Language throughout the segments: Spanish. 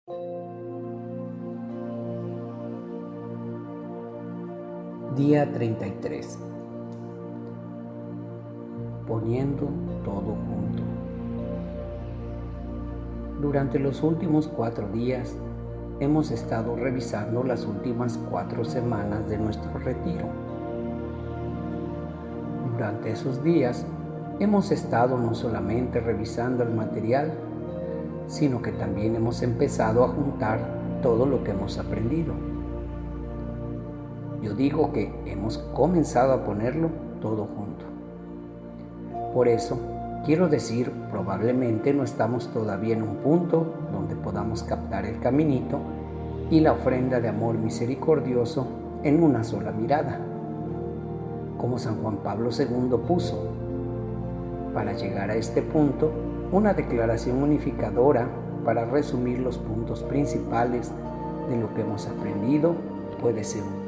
Día 33. Poniendo todo junto. Durante los últimos 4 días hemos estado revisando las últimas 4 semanas de nuestro retiro. Durante esos días hemos estado no solamente revisando el material, sino que también hemos empezado a juntar todo lo que hemos aprendido. Yo digo que hemos comenzado a ponerlo todo junto. Por eso, quiero decir, probablemente no estamos todavía en un punto donde podamos captar el caminito y la ofrenda de amor misericordioso en una sola mirada, como San Juan Pablo II puso. Para llegar a este punto, una declaración unificadora para resumir los puntos principales de lo que hemos aprendido puede ser útil.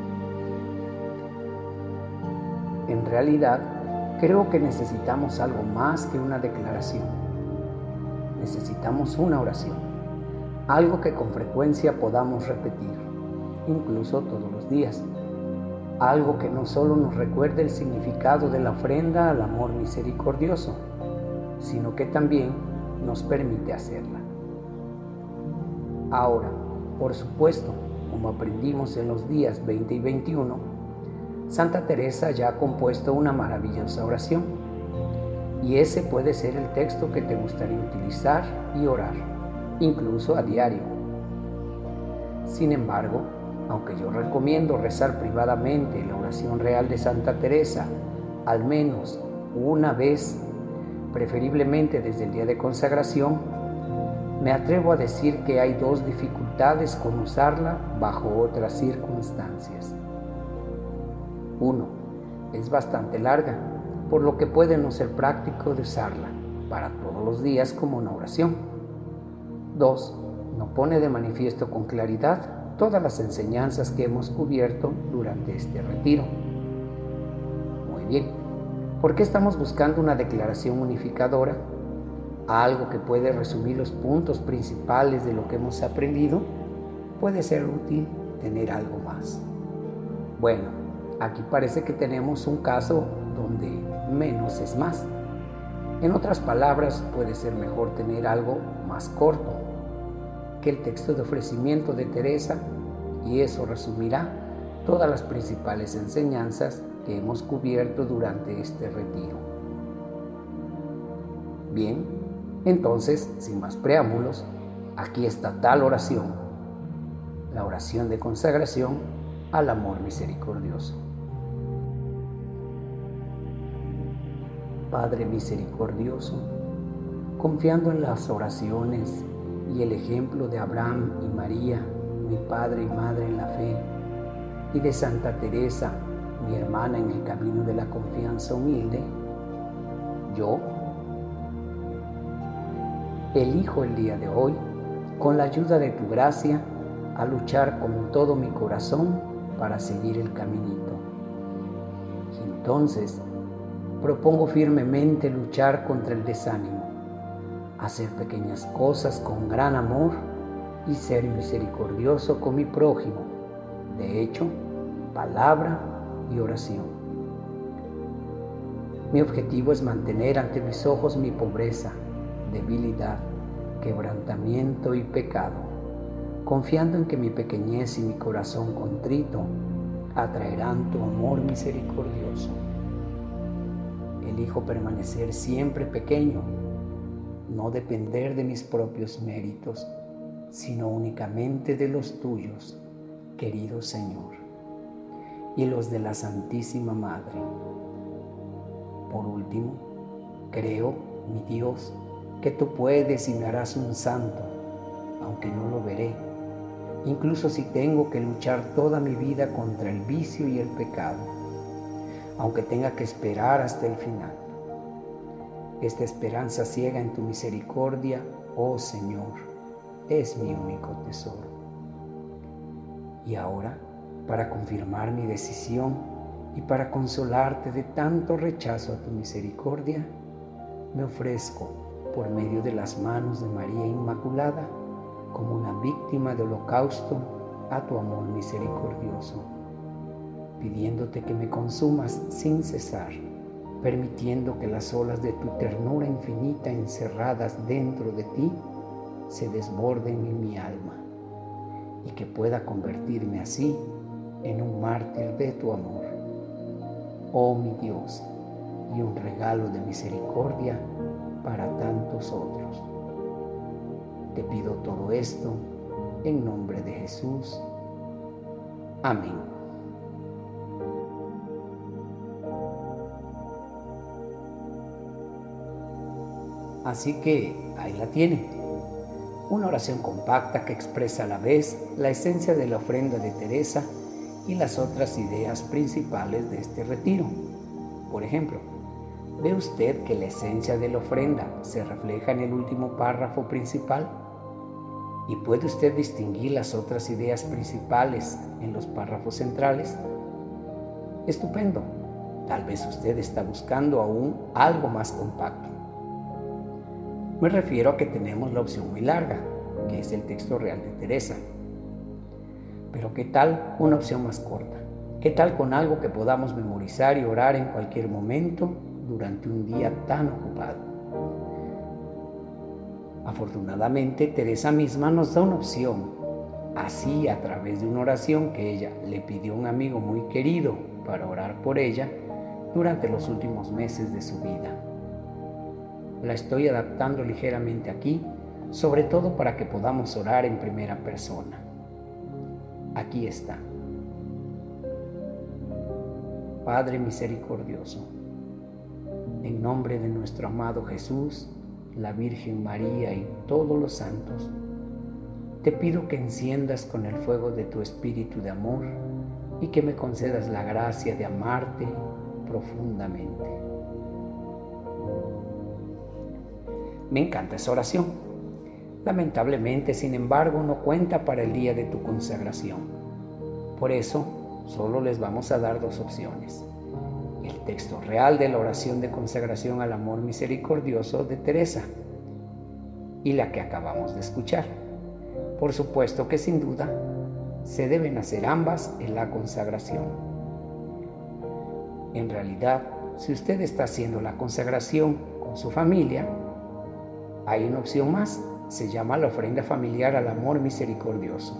En realidad, creo que necesitamos algo más que una declaración. Necesitamos una oración, algo que con frecuencia podamos repetir, incluso todos los días. Algo que no solo nos recuerde el significado de la ofrenda al amor misericordioso, sino que también nos permite hacerla. Ahora, por supuesto, como aprendimos en los días 20 y 21, Santa Teresa ya ha compuesto una maravillosa oración, y ese puede ser el texto que te gustaría utilizar y orar, incluso a diario. Sin embargo, aunque yo recomiendo rezar privadamente la oración real de Santa Teresa al menos una vez, preferiblemente desde el día de consagración, me atrevo a decir que hay 2 dificultades con usarla bajo otras circunstancias. 1. Es bastante larga, por lo que puede no ser práctico de usarla para todos los días como una oración. 2. No pone de manifiesto con claridad todas las enseñanzas que hemos cubierto durante este retiro. Muy bien, ¿por qué estamos buscando una declaración unificadora? Algo que puede resumir los puntos principales de lo que hemos aprendido. Puede ser útil tener algo más. Bueno, aquí parece que tenemos un caso donde menos es más. En otras palabras, puede ser mejor tener algo más corto que el texto de ofrecimiento de Teresa, y eso resumirá todas las principales enseñanzas que hemos cubierto durante este retiro. Bien, entonces, sin más preámbulos, aquí está tal oración, la oración de consagración al amor misericordioso. Padre misericordioso, confiando en las oraciones y el ejemplo de Abraham y María, mi padre y madre en la fe, y de Santa Teresa, mi hermana en el camino de la confianza humilde, yo elijo el día de hoy, con la ayuda de tu gracia, a luchar con todo mi corazón para seguir el caminito. Y entonces propongo firmemente luchar contra el desánimo, hacer pequeñas cosas con gran amor y ser misericordioso con mi prójimo, de hecho, palabra y oración. Mi objetivo es mantener ante mis ojos mi pobreza, debilidad, quebrantamiento y pecado, confiando en que mi pequeñez y mi corazón contrito atraerán tu amor misericordioso. Elijo permanecer siempre pequeño, no depender de mis propios méritos, sino únicamente de los tuyos, querido Señor, y los de la Santísima Madre. Por último, creo, mi Dios, que tú puedes y me harás un santo, aunque no lo veré, incluso si tengo que luchar toda mi vida contra el vicio y el pecado, aunque tenga que esperar hasta el final. Esta esperanza ciega en tu misericordia, oh Señor, es mi único tesoro. Y ahora, para confirmar mi decisión y para consolarte de tanto rechazo a tu misericordia, me ofrezco por medio de las manos de María Inmaculada como una víctima de holocausto a tu amor misericordioso, pidiéndote que me consumas sin cesar, permitiendo que las olas de tu ternura infinita encerradas dentro de ti se desborden en mi alma y que pueda convertirme así en un mártir de tu amor, oh mi Dios, y un regalo de misericordia para tantos otros. Te pido todo esto en nombre de Jesús. Amén. Así que ahí la tienen, una oración compacta que expresa a la vez la esencia de la ofrenda de Teresa y las otras ideas principales de este retiro. Por ejemplo, ¿ve usted que la esencia de la ofrenda se refleja en el último párrafo principal? ¿Y puede usted distinguir las otras ideas principales en los párrafos centrales? Estupendo. Tal vez usted está buscando aún algo más compacto. Me refiero a que tenemos la opción muy larga, que es el texto real de Teresa. Pero ¿qué tal una opción más corta? ¿Qué tal con algo que podamos memorizar y orar en cualquier momento durante un día tan ocupado? Afortunadamente, Teresa misma nos da una opción, así a través de una oración que ella le pidió a un amigo muy querido para orar por ella durante los últimos meses de su vida. La estoy adaptando ligeramente aquí, sobre todo para que podamos orar en primera persona. Aquí está. Padre misericordioso, en nombre de nuestro amado Jesús, la Virgen María y todos los santos, te pido que enciendas con el fuego de tu espíritu de amor y que me concedas la gracia de amarte profundamente. Me encanta esa oración. Lamentablemente, sin embargo, no cuenta para el día de tu consagración. Por eso, solo les vamos a dar dos opciones: el texto real de la oración de consagración al amor misericordioso de Teresa y la que acabamos de escuchar. Por supuesto que sin duda se deben hacer ambas en la consagración. En realidad, si usted está haciendo la consagración con su familia, hay una opción más, se llama la ofrenda familiar al amor misericordioso.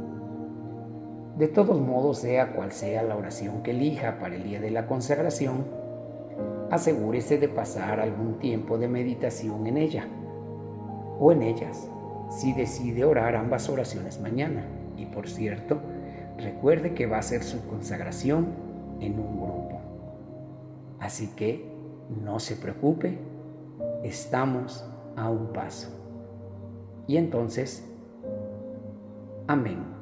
De todos modos, sea cual sea la oración que elija para el día de la consagración, asegúrese de pasar algún tiempo de meditación en ella o en ellas, si decide orar ambas oraciones mañana. Y por cierto, recuerde que va a ser su consagración en un grupo. Así que no se preocupe, estamos a un paso. Y entonces, amén.